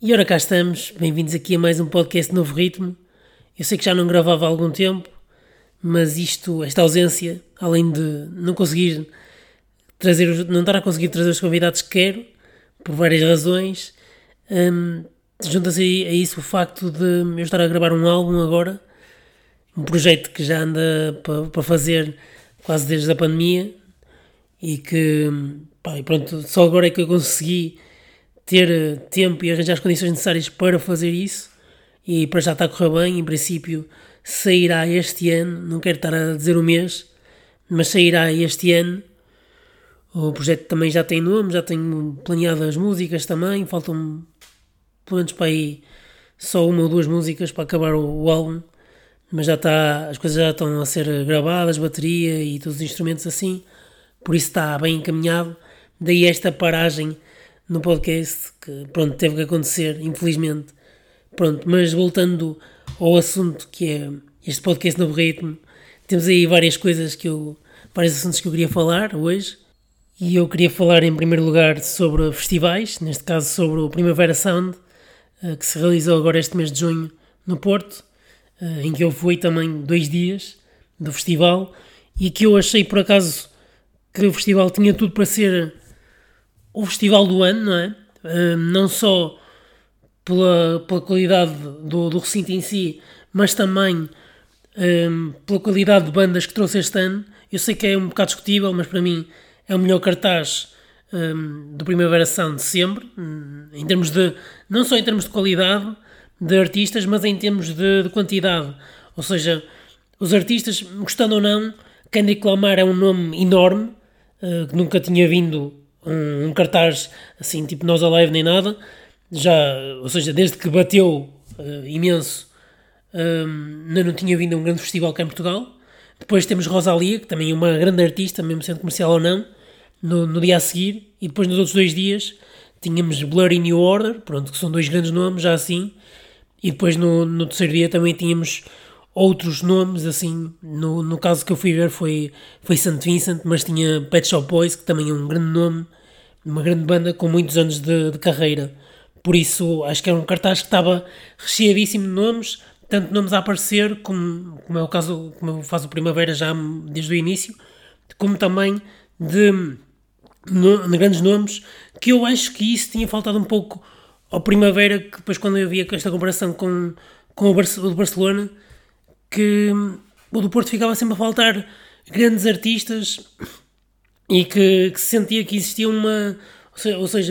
E ora cá estamos, bem-vindos aqui a mais um podcast Novo Ritmo. Eu sei que já não gravava há algum tempo, mas esta ausência, além de não conseguir não estar a conseguir trazer os convidados que quero, por várias razões, junta-se a isso o facto de eu estar a gravar um álbum agora, um projeto que já anda para fazer quase desde a pandemia e que, pá, e pronto, só agora é que eu consegui ter tempo e arranjar as condições necessárias para fazer isso, e para já está a correr bem. Em princípio sairá este ano, não quero estar a dizer o mês, mas sairá este ano. O projeto também já tem nome, já tenho planeado as músicas também, faltam pelo menos para aí só uma ou duas músicas para acabar o álbum, mas já está, as coisas já estão a ser gravadas, bateria e todos os instrumentos assim, por isso está bem encaminhado. Daí esta paragem no podcast, que pronto, teve que acontecer, infelizmente. Pronto, mas voltando ao assunto que é este podcast Novo Ritmo, temos aí vários assuntos que eu queria falar hoje, e eu queria falar em primeiro lugar sobre festivais, neste caso sobre o Primavera Sound, que se realizou agora este mês de junho no Porto, em que eu fui também 2 dias do festival, e que eu achei por acaso que o festival tinha tudo para ser o festival do ano, não é? Não só pela qualidade do recinto em si, mas também pela qualidade de bandas que trouxe este ano. Eu sei que é um bocado discutível, mas para mim é o melhor cartaz do Primavera Sound de sempre, em termos de, não só em termos de qualidade de artistas, mas em termos de quantidade. Ou seja, os artistas, gostando ou não, Kendrick Lamar é um nome enorme, que nunca tinha vindo um cartaz assim, tipo Nós Alive nem nada, ou seja, desde que bateu imenso, não tinha vindo a um grande festival cá em Portugal. Depois temos Rosalía, que também é uma grande artista, mesmo sendo comercial ou não, no dia a seguir, e depois nos outros 2 dias tínhamos Blur e New Order, pronto, que são 2 grandes nomes, já assim, e depois no terceiro dia também tínhamos outros nomes, assim, no caso que eu fui ver foi St. Vincent, mas tinha Pet Shop Boys, que também é um grande nome, uma grande banda com muitos anos de carreira. Por isso, acho que era um cartaz que estava recheadíssimo de nomes, tanto nomes a aparecer, como é o caso, como faz o Primavera já desde o início, como também de grandes nomes, que eu acho que isso tinha faltado um pouco ao Primavera, que depois quando eu via esta comparação com o de Barcelona, que o do Porto ficava sempre a faltar grandes artistas e que se sentia que existia ou seja,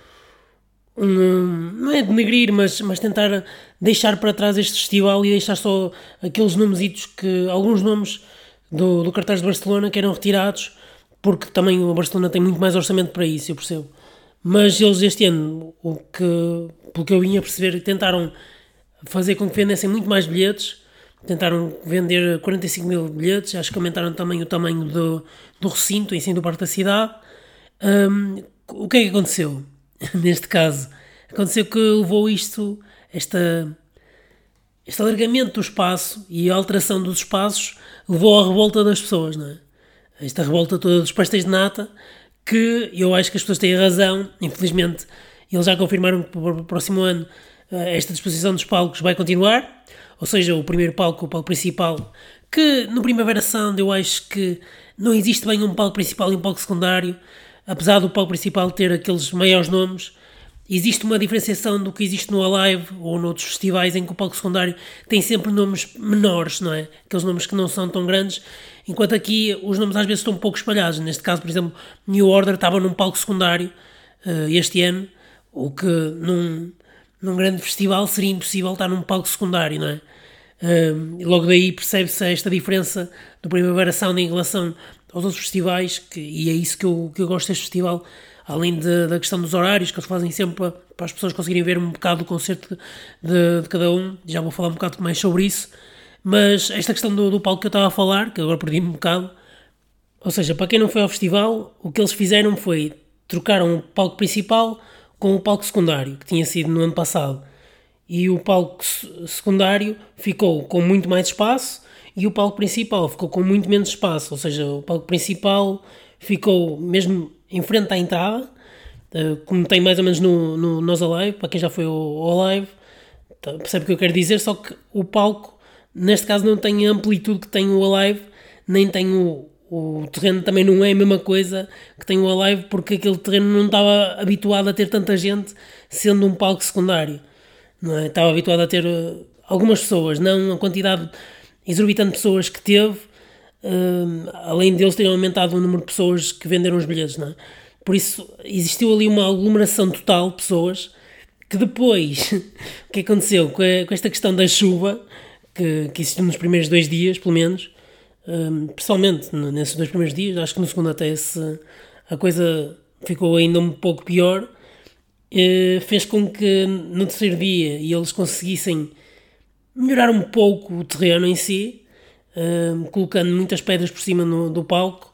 não é denegrir, mas tentar deixar para trás este festival e deixar só aqueles nomesitos, que alguns nomes do cartaz de Barcelona que eram retirados, porque também o Barcelona tem muito mais orçamento para isso, eu percebo. Mas eles este ano, pelo que eu vinha a perceber, tentaram fazer com que vendessem muito mais bilhetes, tentaram vender 45 mil bilhetes, acho que aumentaram também o tamanho do recinto, em si do Parque da Cidade. O que é que aconteceu? Neste caso, aconteceu que levou este alargamento do espaço e a alteração dos espaços levou à revolta das pessoas, não é? Esta revolta toda dos pastéis de nata, que eu acho que as pessoas têm razão. Infelizmente, eles já confirmaram que para o próximo ano esta disposição dos palcos vai continuar, ou seja, o primeiro palco, o palco principal, que no Primavera Sound eu acho que não existe bem um palco principal e um palco secundário. Apesar do palco principal ter aqueles maiores nomes, existe uma diferenciação do que existe no Alive ou noutros festivais, em que o palco secundário tem sempre nomes menores, não é? Aqueles nomes que não são tão grandes, enquanto aqui os nomes às vezes estão um pouco espalhados. Neste caso, por exemplo, New Order estava num palco secundário este ano, o que num grande festival seria impossível estar num palco secundário, não é? Logo daí percebe-se esta diferença do Primavera Sound em relação aos outros festivais, e é isso que eu gosto deste festival, além da questão dos horários, que eles fazem sempre para as pessoas conseguirem ver um bocado do concerto de cada um. Já vou falar um bocado mais sobre isso, mas esta questão do palco que eu estava a falar, que agora perdi-me um bocado, ou seja, para quem não foi ao festival, o que eles fizeram foi trocaram o palco principal com o palco secundário, que tinha sido no ano passado, e o palco secundário ficou com muito mais espaço e o palco principal ficou com muito menos espaço. Ou seja, o palco principal ficou mesmo em frente à entrada como tem mais ou menos no Nós Alive, para quem já foi ao Alive, percebe o que eu quero dizer, só que o palco, neste caso, não tem a amplitude que tem o Alive, nem tem o terreno, também não é a mesma coisa que tem o Alive, porque aquele terreno não estava habituado a ter tanta gente, sendo um palco secundário, não é? Estava habituado a ter algumas pessoas, não a quantidade exorbitante de pessoas que teve, além deles terem aumentado o número de pessoas que venderam os bilhetes, não é? Por isso existiu ali uma aglomeração total de pessoas que depois, o que aconteceu com esta questão da chuva, que existiu nos primeiros 2 dias, pelo menos, pessoalmente nesses 2 primeiros dias, acho que no segundo até a coisa ficou ainda um pouco pior, fez com que no terceiro dia eles conseguissem melhorar um pouco o terreno em si, colocando muitas pedras por cima do palco.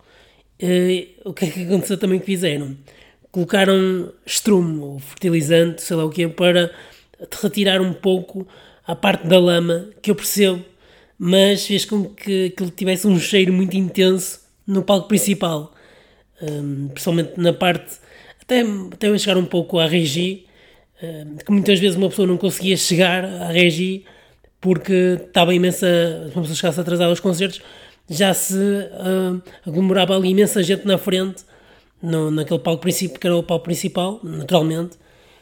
O que é que aconteceu também que fizeram? Colocaram estrume ou fertilizante, sei lá o que, para retirar um pouco a parte da lama, que eu percebo, mas fez com que ele tivesse um cheiro muito intenso no palco principal, principalmente na parte, até eu chegar um pouco à regi, que muitas vezes uma pessoa não conseguia chegar à regi porque estava imensa, se uma pessoa chegasse atrasada aos concertos, já se aglomerava ali imensa gente na frente, naquele palco principal, que era o palco principal, naturalmente,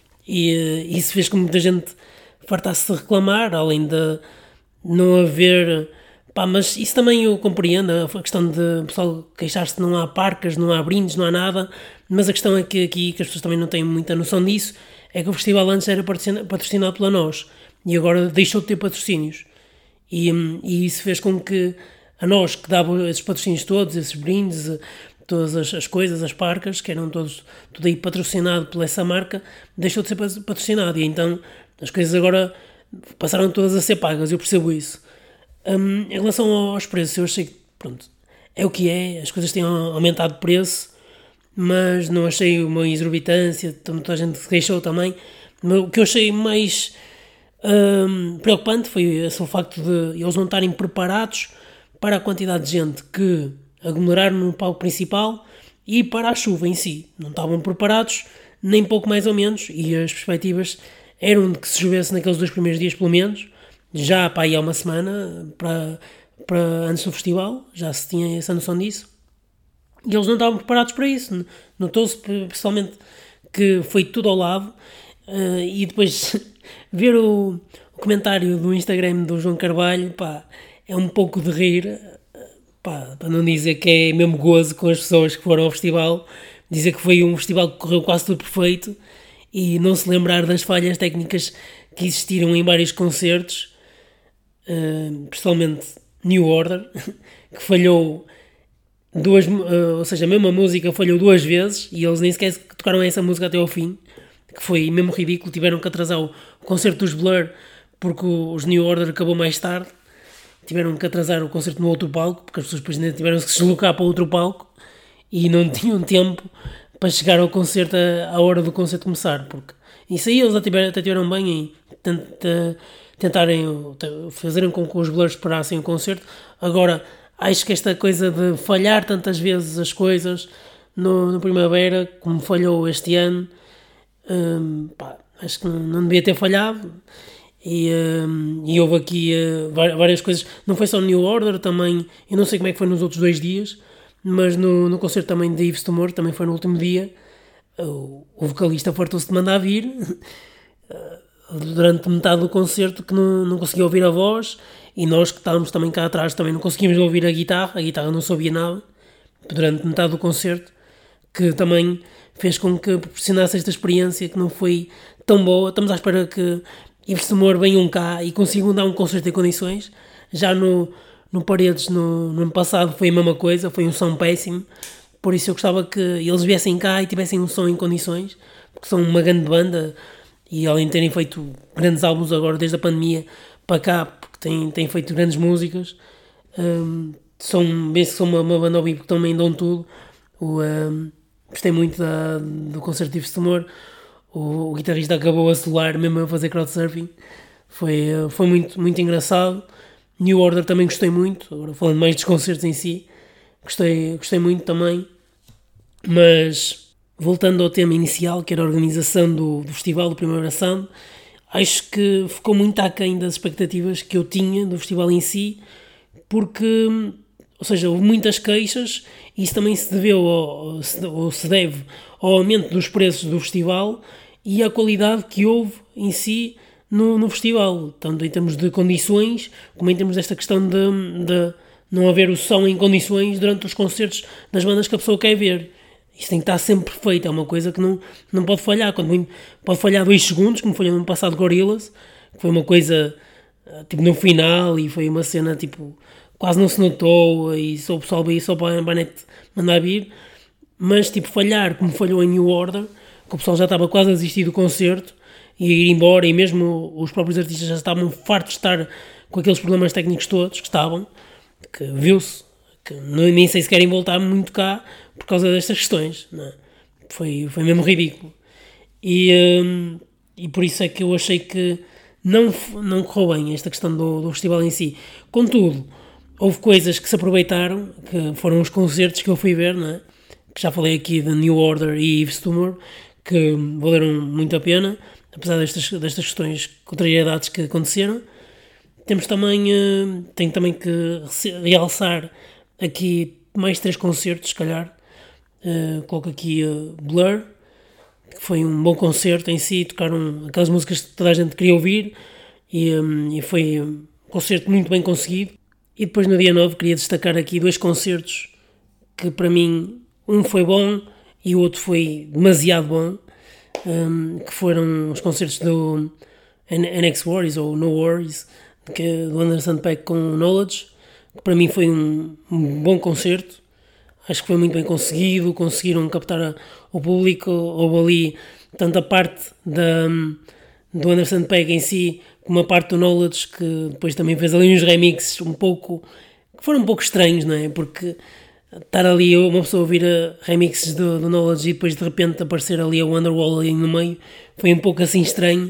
e isso fez com que muita gente fartasse de reclamar, além de não haver... Pá, mas isso também eu compreendo, a questão de o pessoal queixar-se que não há parcas, não há brindes, não há nada, mas a questão é que aqui, que as pessoas também não têm muita noção disso, é que o festival antes era patrocinado pela NOS, e agora deixou de ter patrocínios, e isso fez com que a NOS, que dava esses patrocínios todos, esses brindes, todas as coisas, as parcas, que eram tudo aí patrocinado por essa marca, deixou de ser patrocinado, e então as coisas agora passaram todas a ser pagas, eu percebo isso. Em relação aos preços, eu achei que, pronto, é o que é, as coisas têm aumentado de preço, mas não achei uma exorbitância, muita gente se queixou também. Mas o que eu achei mais preocupante foi esse, o facto de eles não estarem preparados para a quantidade de gente que aglomeraram no palco principal e para a chuva em si. Não estavam preparados, nem pouco mais ou menos, e as perspectivas eram de que se chovesse naqueles 2 primeiros dias pelo menos, já para aí há uma semana, para antes do festival, já se tinha essa noção disso, e eles não estavam preparados para isso. Notou-se principalmente que foi tudo ao lado, e depois ver o comentário do Instagram do João Carvalho, pá, é um pouco de rir, pá, para não dizer que é mesmo gozo com as pessoas que foram ao festival, dizer que foi um festival que correu quase tudo perfeito e não se lembrar das falhas técnicas que existiram em vários concertos, principalmente New Order, que falhou ou seja, a mesma música falhou 2 vezes e eles nem sequer tocaram essa música até ao fim, que foi mesmo ridículo. Tiveram que atrasar o concerto dos Blur porque os New Order acabou mais tarde, tiveram que atrasar o concerto no outro palco porque as pessoas depois ainda tiveram que se deslocar para outro palco e não tinham tempo para chegar ao concerto à hora do concerto começar, porque isso aí eles até tiveram bem em tentarem fazerem com que os Blur esperassem o concerto. Agora, acho que esta coisa de falhar tantas vezes as coisas no Primavera, como falhou este ano, pá, acho que não devia ter falhado. E houve aqui várias coisas, não foi só no New Order, também, eu não sei como é que foi nos outros 2 dias, mas no concerto também de Yves Tumor, também foi no último dia, o vocalista fartou-se de mandar vir, durante metade do concerto, que não conseguia ouvir a voz, e nós que estávamos também cá atrás também não conseguimos ouvir a guitarra não se ouvia nada, durante metade do concerto, que também fez com que proporcionasse esta experiência que não foi tão boa. Estamos à espera que Yves Tumor venham cá e consigam dar um concerto em condições. Já no Paredes, no ano passado, foi a mesma coisa, foi um som péssimo, por isso eu gostava que eles viessem cá e tivessem um som em condições, porque são uma grande banda, e além de terem feito grandes álbuns agora desde a pandemia para cá, porque têm feito grandes músicas, são uma banda ao vivo que também dão tudo. Gostei muito do concerto de Yves Tumor. O guitarrista acabou a solar mesmo a fazer crowdsurfing, foi muito, muito engraçado. New Order também gostei muito, agora falando mais dos concertos em si, gostei muito também, mas voltando ao tema inicial, que era a organização do festival do Primavera Sound, acho que ficou muito aquém das expectativas que eu tinha do festival em si, porque, ou seja, houve muitas queixas e isso também se deveu ou se deve ao aumento dos preços do festival e à qualidade que houve em si no festival, tanto em termos de condições como em termos desta questão de não haver o som em condições durante os concertos das bandas que a pessoa quer ver. Isso tem que estar sempre perfeito, é uma coisa que não pode falhar. Pode falhar 2 segundos, como foi no ano passado Gorillaz, que foi uma coisa tipo no final e foi uma cena tipo quase não se notou e só o pessoal veio só para a net mandar vir, mas tipo falhar como falhou em New Order, que o pessoal já estava quase a desistir do concerto e a ir embora e mesmo os próprios artistas já estavam fartos de estar com aqueles problemas técnicos todos que estavam, que viu-se, que nem sei se querem voltar muito cá por causa destas questões, não é? Foi mesmo ridículo. E por isso é que eu achei que não correu bem esta questão do festival em si. Contudo, houve coisas que se aproveitaram, que foram os concertos que eu fui ver, não é? Que já falei aqui de New Order e Yves Tumor, que valeram muito a pena, apesar destas questões, contrariedades que aconteceram. Tenho também que realçar aqui mais 3 concertos, se calhar. Coloco aqui Blur, que foi um bom concerto em si, tocaram aquelas músicas que toda a gente queria ouvir e foi um concerto muito bem conseguido. E depois no dia 9 queria destacar aqui 2 concertos que para mim, um foi bom e o outro foi demasiado bom, que foram os concertos do NX Worries ou No Worries, do Anderson .Paak com Knowledge, que para mim foi um bom concerto. Acho que foi muito bem conseguido, conseguiram captar o público. Houve ali tanto a parte do Anderson .Paak em si, como a parte do Knowledge, que depois também fez ali uns remixes que foram um pouco estranhos, não é? Porque estar ali uma pessoa a ouvir remixes do Knowledge e depois de repente aparecer ali a Wonderwall ali no meio, foi um pouco assim estranho.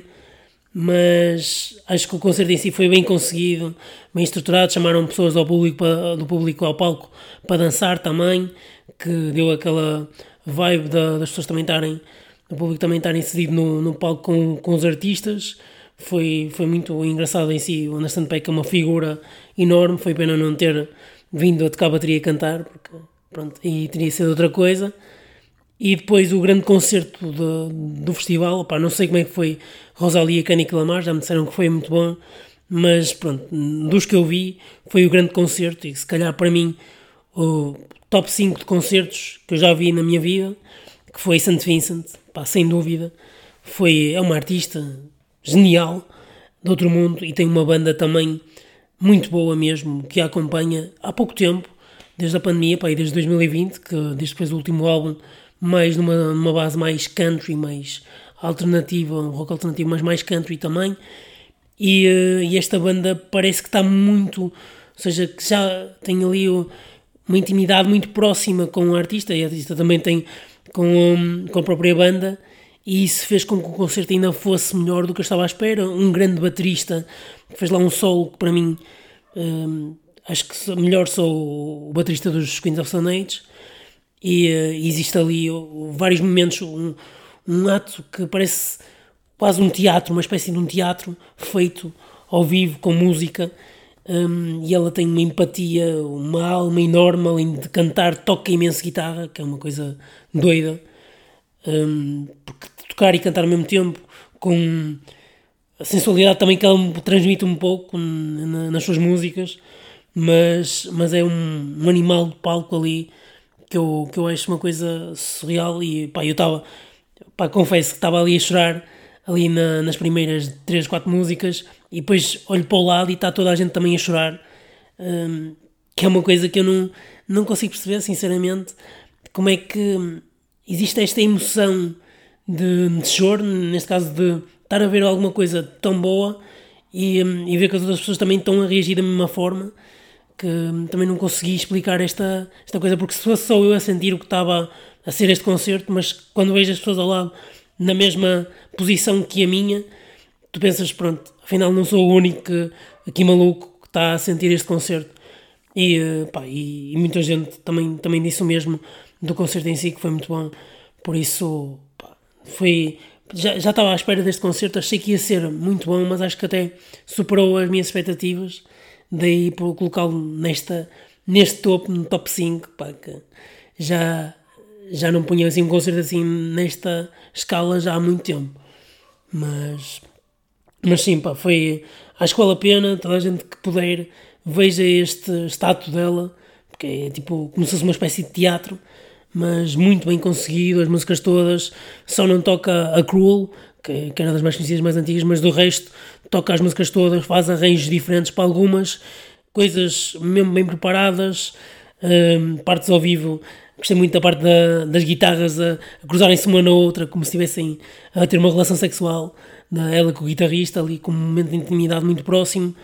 Mas acho que o concerto em si foi bem conseguido, bem estruturado. Chamaram pessoas do público ao palco para dançar também, que deu aquela vibe das pessoas também do público também estarem cedido no palco com os artistas. Foi muito engraçado em si. O Anderson .Paak é uma figura enorme, foi pena não ter vindo a tocar a bateria e cantar, porque pronto, e teria sido outra coisa. E depois o grande concerto do festival, opá, não sei como é que foi Rosalia e Kendrick Lamar, já me disseram que foi muito bom, mas pronto, dos que eu vi foi o grande concerto e se calhar para mim o top 5 de concertos que eu já vi na minha vida, que foi St. Vincent, pá, sem dúvida, é uma artista genial, de outro mundo e tem uma banda também muito boa mesmo, que a acompanha há pouco tempo, desde a pandemia, pá, e desde 2020, que desde depois do último álbum, mais numa base mais country, mais alternativa, um rock alternativo, mas mais country também. E esta banda parece que está muito, ou seja, que já tem ali uma intimidade muito próxima com o artista, e a artista também tem com a própria banda, e isso fez com que o concerto ainda fosse melhor do que eu estava à espera. Um grande baterista que fez lá um solo que para mim acho que melhor sou o baterista dos Queens of Stone Age. E existe ali vários momentos, um ato que parece quase um teatro, uma espécie de um teatro feito ao vivo com música, e ela tem uma empatia, uma alma enorme, além de cantar, toca imenso guitarra, que é uma coisa doida, porque tocar e cantar ao mesmo tempo, com a sensualidade também que ela transmite um pouco nas suas músicas, mas é um animal de palco ali, que eu acho uma coisa surreal. E pá, eu estava, confesso que estava ali a chorar ali nas primeiras 3, 4 músicas e depois olho para o lado e está toda a gente também a chorar, que é uma coisa que eu não consigo perceber sinceramente, como é que existe esta emoção de choro, neste caso de estar a ver alguma coisa tão boa e ver que as outras pessoas também estão a reagir da mesma forma, que também não consegui explicar esta coisa, porque se fosse só eu a sentir o que estava a ser este concerto, mas quando vejo as pessoas ao lado na mesma posição que a minha, tu pensas, pronto, afinal não sou o único aqui maluco que está a sentir este concerto. E muita gente também disse o mesmo do concerto em si, que foi muito bom. Por isso, pá, foi... Já estava à espera deste concerto, achei que ia ser muito bom, mas acho que até superou as minhas expectativas, daí por colocá-lo neste topo, no top 5, pá, que já não punha assim um concerto assim nesta escala já há muito tempo. Mas sim, pá, acho que vale a pena, toda a gente que puder, veja este ato dela, porque é tipo como se fosse uma espécie de teatro, mas muito bem conseguido, as músicas todas, só não toca a Cruel, que era das mais conhecidas, mais antigas, mas do resto toca as músicas todas, faz arranjos diferentes para algumas, coisas mesmo bem preparadas, partes ao vivo. Gostei muito da parte das guitarras a cruzarem-se uma na outra, como se estivessem a ter uma relação sexual, ela com o guitarrista, ali com um momento de intimidade muito próximo.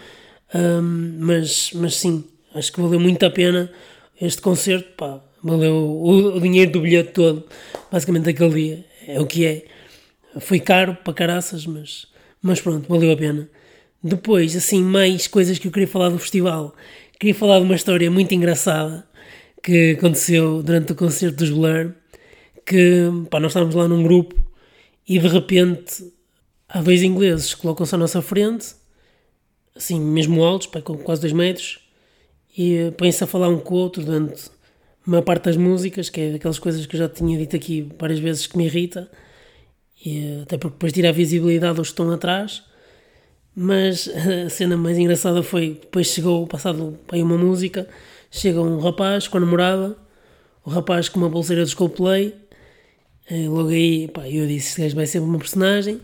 Mas sim, acho que valeu muito a pena este concerto, pá, valeu o dinheiro do bilhete todo, basicamente aquele dia, é o que é. Foi caro para caraças, mas pronto, valeu a pena. Depois, assim, mais coisas que eu queria falar do festival. Queria falar de uma história muito engraçada que aconteceu durante o concerto dos Blur, que, pá, nós estávamos lá num grupo e de repente há dois ingleses que colocam-se à nossa frente, assim, mesmo altos, pá, com quase 2 metros, e põem-se a falar um com o outro durante uma parte das músicas, que é daquelas coisas que eu já tinha dito aqui várias vezes que me irrita, e até porque depois tira a visibilidade aos que estão atrás. Mas a cena mais engraçada foi, depois chegou, passado aí uma música, chega um rapaz com a namorada, o rapaz com uma pulseira dos Coldplay, logo aí, pá, eu disse, este gajo vai ser uma personagem,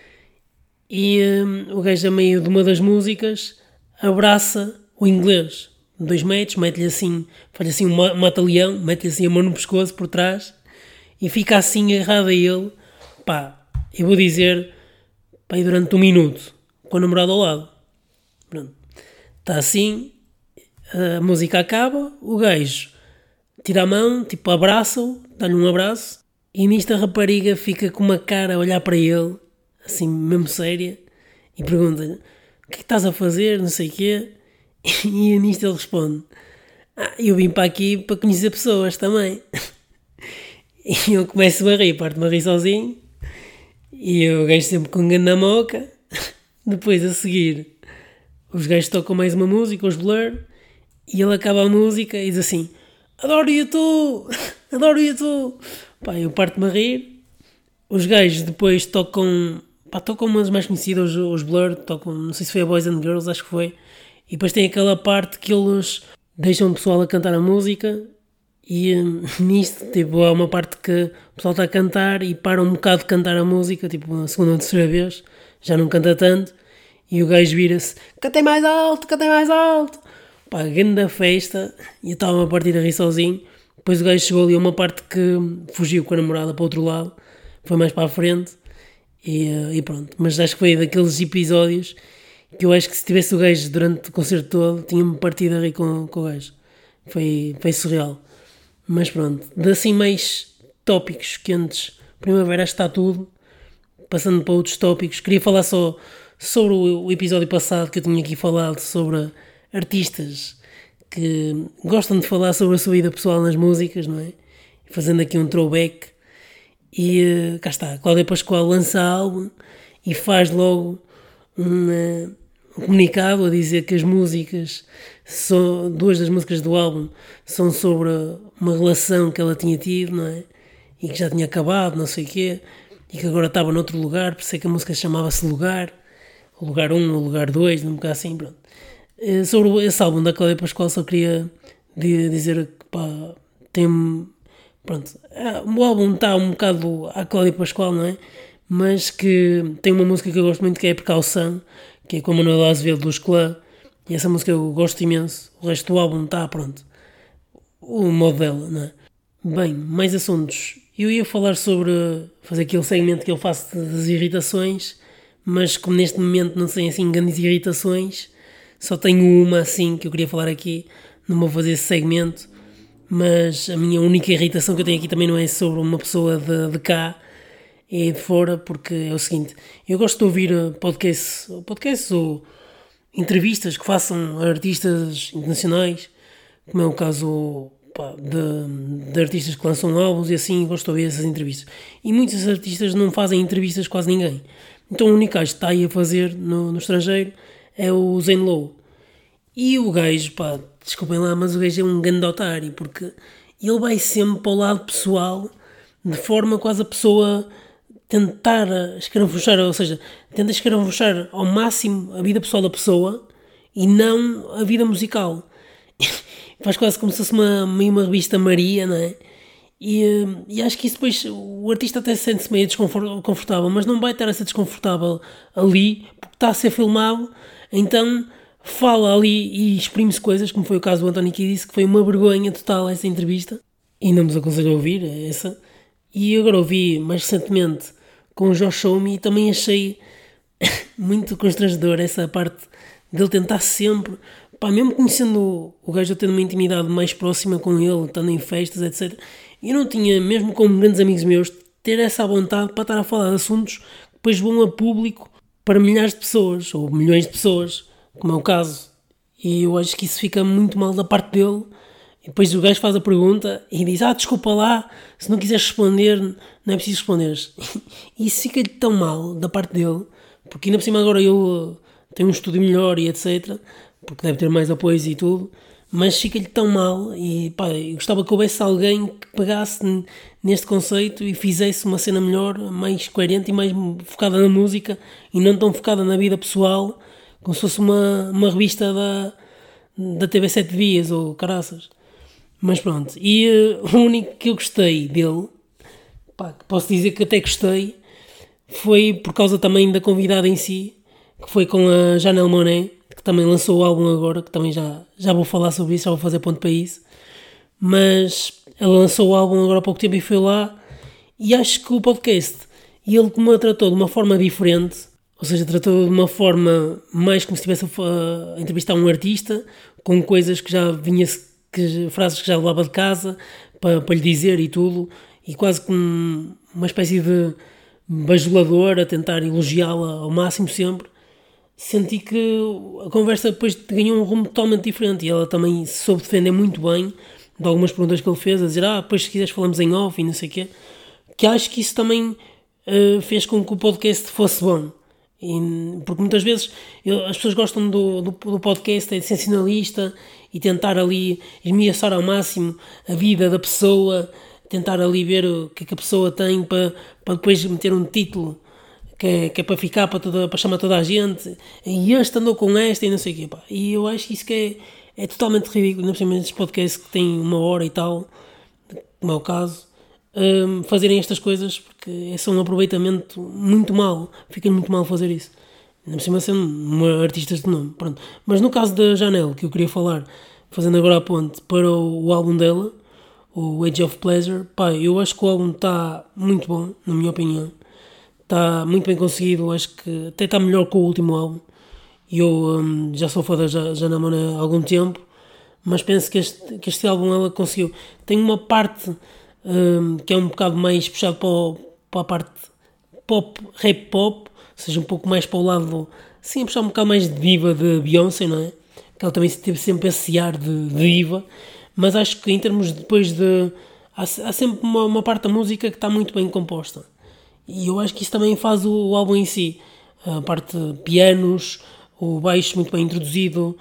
e o gajo a meio de uma das músicas abraça o inglês, 2 metros, mete-lhe assim, faz assim um mata-leão, mete-lhe assim a mão no pescoço por trás, e fica assim agarrado a ele, pá, eu vou dizer, pá, durante 1 minuto, com a namorada ao lado. Pronto. Está assim, a música acaba, o gajo tira a mão, tipo abraça-o, dá-lhe um abraço, e nisto a rapariga fica com uma cara a olhar para ele, assim mesmo séria, e pergunta-lhe, o que é que estás a fazer, não sei o quê, e nisto ele responde, eu vim para aqui para conhecer pessoas também. E eu começo a rir, parto-me a rir sozinho, e o gajo sempre com um ganda na moca. Depois, a seguir, os gajos tocam mais uma música, os Blur, e ele acaba a música e diz assim, adoro YouTube, adoro YouTube. Pá, eu parto-me a rir. Os gajos depois tocam, pá, tocam umas mais conhecidas, os Blur, tocam, não sei se foi a Boys and Girls, acho que foi. E depois tem aquela parte que eles deixam o pessoal a cantar a música e nisto, tipo, há uma parte que o pessoal está a cantar e para um bocado de cantar a música, tipo, a segunda ou terceira vez, já não canta tanto, e o gajo vira-se, cantem mais alto, cantem mais alto. Pá, grande festa, e eu estava a partir a rir sozinho. Depois o gajo chegou ali a uma parte que fugiu com a namorada para o outro lado, foi mais para a frente, e pronto. Mas acho que foi daqueles episódios que eu acho que se tivesse o gajo durante o concerto todo, tinha-me partido a rir com o gajo. Foi surreal. Mas pronto, de assim mais tópicos quentes, primavera acho que está tudo. Passando para outros tópicos, queria falar só sobre o episódio passado que eu tinha aqui falado sobre artistas que gostam de falar sobre a sua vida pessoal nas músicas, não é? Fazendo aqui um throwback. E cá está, Cláudia Pascoal lança álbum e faz logo um comunicado a dizer que as músicas, duas das músicas do álbum, são sobre uma relação que ela tinha tido, não é? E que já tinha acabado, não sei o quê, e que agora estava noutro lugar, por isso é que a música chamava-se Lugar, o Lugar 1, o Lugar 2, um bocado assim, pronto. Sobre esse álbum da Cláudia Pascoal só queria dizer que, pá, tem... Pronto, o álbum está um bocado à Cláudia Pascoal, não é? Mas que tem uma música que eu gosto muito, que é a Precaução, que é com a Manuela Azevedo dos Clã, e essa música eu gosto imenso. O resto do álbum está, pronto, o modo dela, não é? Bem, mais assuntos. Eu ia falar sobre fazer aquele segmento que eu faço das irritações, mas como neste momento não sei assim grandes irritações, só tenho uma assim que eu queria falar aqui, não vou fazer esse segmento, mas a minha única irritação que eu tenho aqui também não é sobre uma pessoa de cá, é de fora, porque é o seguinte, eu gosto de ouvir podcasts ou entrevistas que façam a artistas internacionais, como é o caso, pá, de artistas que lançam álbuns e assim, gosto de ouvir essas entrevistas. E muitos artistas não fazem entrevistas quase ninguém. Então o único gajo que está aí a fazer no estrangeiro é o Zane Lowe. E o gajo, pá, desculpem lá, mas o gajo é um grande otário, porque ele vai sempre para o lado pessoal, de forma quase a pessoa tentar escarafuchar, ou seja, tenta escarafuchar ao máximo a vida pessoal da pessoa e não a vida musical. Faz quase como se fosse uma revista Maria, não é? E acho que isso depois o artista até se sente-se meio desconfortável, mas não vai estar a ser desconfortável ali porque está a ser filmado, então fala ali e exprime-se coisas, como foi o caso do António que disse, que foi uma vergonha total essa entrevista e não vos aconselho a ouvir essa. E agora ouvi mais recentemente com o Josh Homme e também achei muito constrangedor essa parte dele tentar sempre, pá, mesmo conhecendo o gajo, eu tendo uma intimidade mais próxima com ele, estando em festas, etc. Eu não tinha, mesmo com grandes amigos meus, ter essa vontade para estar a falar de assuntos que depois vão a público para milhares de pessoas, ou milhões de pessoas, como é o caso. E eu acho que isso fica muito mal da parte dele. E depois o gajo faz a pergunta e diz, desculpa lá, se não quiseres responder, não é preciso responderes. E isso fica-lhe tão mal da parte dele, porque ainda por cima agora ele tem um estúdio melhor e etc, porque deve ter mais apoios e tudo, mas fica-lhe tão mal e pá, eu gostava que houvesse alguém que pegasse neste conceito e fizesse uma cena melhor, mais coerente e mais focada na música e não tão focada na vida pessoal, como se fosse uma revista da TV 7 Dias ou caraças. Mas pronto, e o único que eu gostei dele, pá, que posso dizer que até gostei, foi por causa também da convidada em si, que foi com a Janelle Monáe, que também lançou o álbum agora, que também já vou falar sobre isso, já vou fazer ponto para isso. Mas ela lançou o álbum agora há pouco tempo e foi lá, e acho que o podcast, e ele como a tratou de uma forma diferente, ou seja, tratou de uma forma mais como se estivesse a entrevistar um artista, com coisas que já vinha, frases que já levava de casa, para lhe dizer e tudo, e quase como uma espécie de bajulador a tentar elogiá-la ao máximo sempre. Senti que a conversa depois ganhou um rumo totalmente diferente e ela também soube defender muito bem de algumas perguntas que ele fez, a dizer, depois se quiseres falamos em off e não sei o quê, que acho que isso também fez com que o podcast fosse bom. Porque muitas vezes as pessoas gostam do podcast, é sensacionalista e tentar ali esmiuçar ao máximo a vida da pessoa, tentar ali ver o que é que a pessoa tem para depois meter um título que é para ficar, para chamar toda a gente, e este andou com esta e não sei o quê, pá. E eu acho que isso que é totalmente ridículo, não precisamente estes podcasts que têm 1 hora e tal, como é o caso, fazerem estas coisas, porque é um aproveitamento muito mau, fica muito mal fazer isso. Não precisa ser uma artista de nome, pronto. Mas no caso da Janelle, que eu queria falar, fazendo agora a ponte para o álbum dela, o Age of Pleasure, pá, eu acho que o álbum está muito bom, na minha opinião. Está muito bem conseguido, acho que até está melhor que o último álbum. Eu já sou fã da Janelle Monáe há algum tempo, mas penso que este álbum ela conseguiu. Tem uma parte que é um bocado mais puxado para a parte pop, rap pop, ou seja, um pouco mais para o lado, sim, a puxar um bocado mais de diva de Beyoncé, não é? Que ela também teve sempre esse ar de diva, mas acho que em termos depois de... Há sempre uma parte da música que está muito bem composta. E eu acho que isso também faz o álbum em si. A parte de pianos, o baixo muito bem introduzido,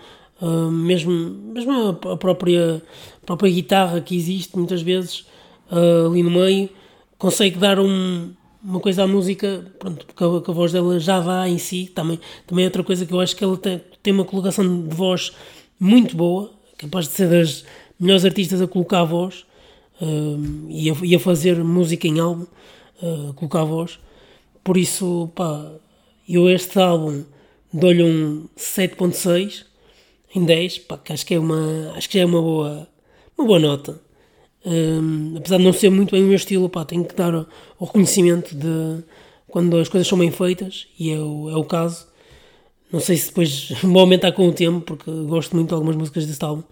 mesmo a própria guitarra que existe muitas vezes ali no meio, consegue dar uma coisa à música, pronto, porque a voz dela já dá em si. Também é outra coisa que eu acho que ela tem uma colocação de voz muito boa, capaz de ser das melhores artistas a colocar a voz e a fazer música em álbum. Colocar a voz, por isso, pá, eu este álbum dou-lhe um 7.6 em 10, pá, que acho que já é uma boa nota. Apesar de não ser muito bem o meu estilo, pá, tenho que dar o reconhecimento de quando as coisas são bem feitas, e é o caso. Não sei se depois vou aumentar com o tempo, porque gosto muito de algumas músicas deste álbum,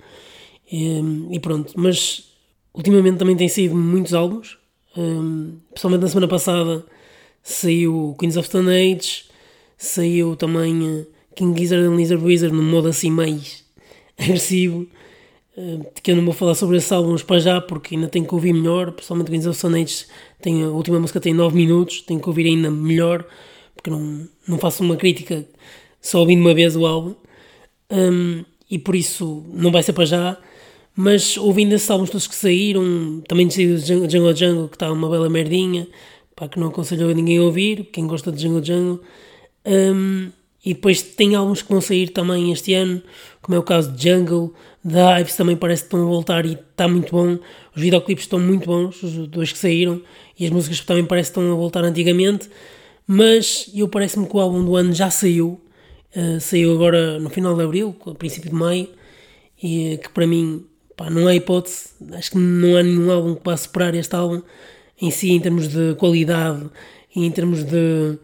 e pronto, mas ultimamente também tem saído muitos álbuns. Pessoalmente na semana passada saiu Queens of Stone Age, saiu também King Gizzard and Lizard Wizard no modo assim mais agressivo, que eu não vou falar sobre esses álbuns para já, porque ainda tenho que ouvir melhor, principalmente Queens of Stone Age, a última música tem 9 minutos, tenho que ouvir ainda melhor, porque não faço uma crítica só ouvindo uma vez o álbum, e por isso não vai ser para já, mas ouvindo esses álbuns todos que saíram, também saiu Jungle Jungle, que está uma bela merdinha, pá, que não aconselho a ninguém a ouvir, quem gosta de Jungle Jungle. E depois tem álbuns que vão sair também este ano, como é o caso de Jungle, The Hives também parece que estão a voltar e está muito bom, os videoclipes estão muito bons, os dois que saíram, e as músicas também parece que estão a voltar antigamente, mas parece-me que o álbum do ano já saiu, saiu agora no final de Abril, a princípio de Maio, e que para mim, pá, não há hipótese, acho que não há nenhum álbum que vá superar este álbum em si, em termos de qualidade e em termos de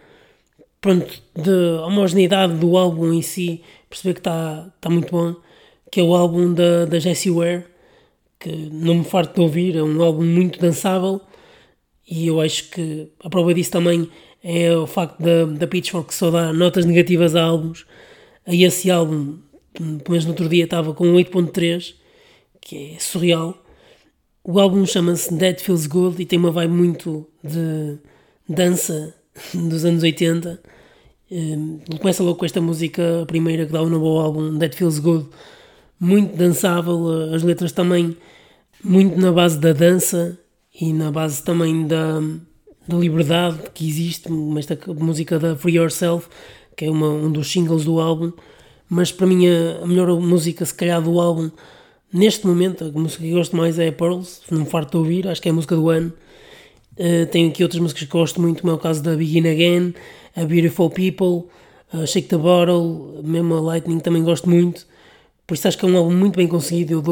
homogeneidade do álbum em si, perceber que está muito bom, que é o álbum da Jessie Ware, que não me farto de ouvir, é um álbum muito dançável, e eu acho que a prova disso também é o facto da Pitchfork só dar notas negativas a álbuns, a esse álbum, pelo menos no outro dia estava com 8.3, que é surreal. O álbum chama-se That Feels Good e tem uma vibe muito de dança dos anos 80. Começa logo com esta música, a primeira que dá um novo álbum, That Feels Good, muito dançável, as letras também muito na base da dança e na base também da liberdade que existe, esta música da Free Yourself, que é um dos singles do álbum, mas para mim a melhor música se calhar do álbum neste momento, a música que eu gosto mais é a Pearls, não me farto de ouvir, acho que é a música do ano. Tenho aqui outras músicas que gosto muito, como é o caso da Begin Again, a Beautiful People, a Shake the Bottle, mesmo a Lightning também gosto muito, por isso acho que é um álbum muito bem conseguido. Eu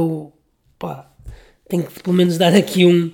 tenho que pelo menos dar aqui um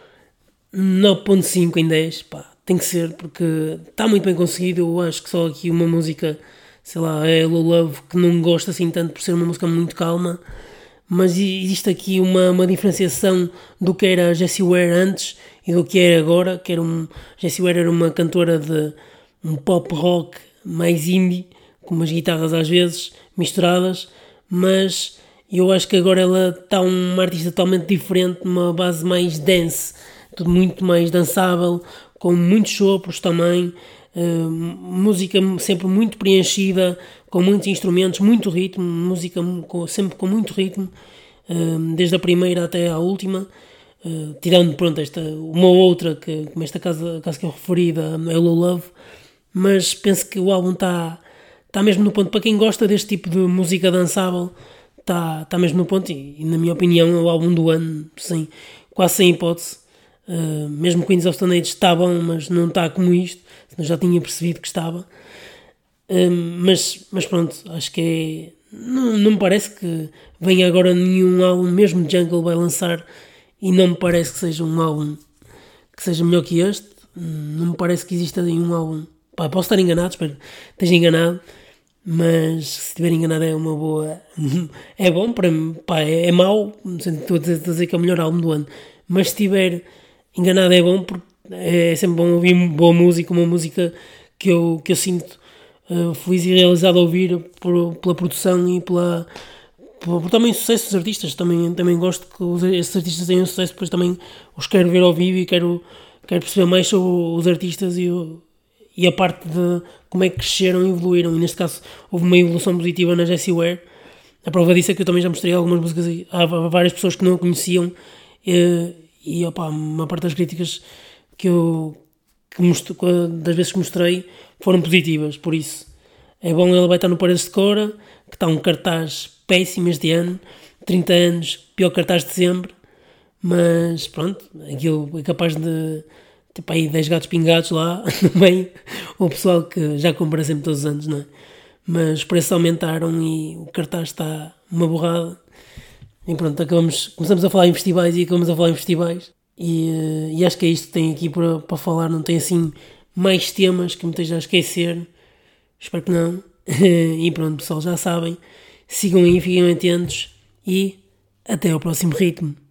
9.5 em 10, tem que ser, porque está muito bem conseguido. Eu acho que só aqui uma música, sei lá, é Hello Love, que não gosto assim tanto por ser uma música muito calma, mas existe aqui uma diferenciação do que era a Jessie Ware antes e do que é agora, Jessie Ware era uma cantora de um pop rock mais indie, com umas guitarras às vezes misturadas, mas eu acho que agora ela está uma artista totalmente diferente, uma base mais dance, tudo muito mais dançável, com muitos sopros também, música sempre muito preenchida, com muitos instrumentos, muito ritmo, música sempre com muito ritmo, desde a primeira até à última, tirando pronto uma outra, como esta caso que eu referi, da Hello Love, mas penso que o álbum está mesmo no ponto, para quem gosta deste tipo de música dançável, está mesmo no ponto, e na minha opinião é o álbum do ano, sim, quase sem hipótese. Mesmo Queens of Stone Age está bom, mas não está como isto, senão já tinha percebido que estava. Mas pronto, acho que não me parece que venha agora nenhum álbum, mesmo Jungle vai lançar, e não me parece que seja um álbum que seja melhor que este. Não me parece que exista nenhum álbum. Posso estar enganado, espero que esteja enganado, mas se estiver enganado é uma boa. É bom para mim, é mau, estou a dizer que é o melhor álbum do ano, mas se estiver enganado é bom, porque é sempre bom ouvir boa música, uma música que eu sinto feliz e realizado a ouvir pela produção e por também sucesso dos artistas. Também gosto que esses artistas tenham sucesso, depois também os quero ver ao vivo e quero perceber mais sobre os artistas e a parte de como é que cresceram e evoluíram, e neste caso houve uma evolução positiva na Jessie Ware. A prova disso é que eu também já mostrei algumas músicas a várias pessoas que não a conheciam, e uma parte das críticas das vezes que mostrei foram positivas, por isso é bom. Ela vai estar no Paredes de Cora, que está um cartaz péssimo este ano, 30 anos, pior cartaz de sempre, mas pronto, aquilo é capaz de ter aí 10 gatos pingados lá no meio, o pessoal que já compra sempre todos os anos, não é? Mas os preços aumentaram e o cartaz está uma borrada. E pronto, começamos a falar em festivais e acabamos a falar em festivais. E acho que é isto que tenho aqui para falar. Não tem assim mais temas que me esteja a esquecer. Espero que não. E pronto, pessoal, já sabem. Sigam aí, fiquem atentos e até ao próximo ritmo.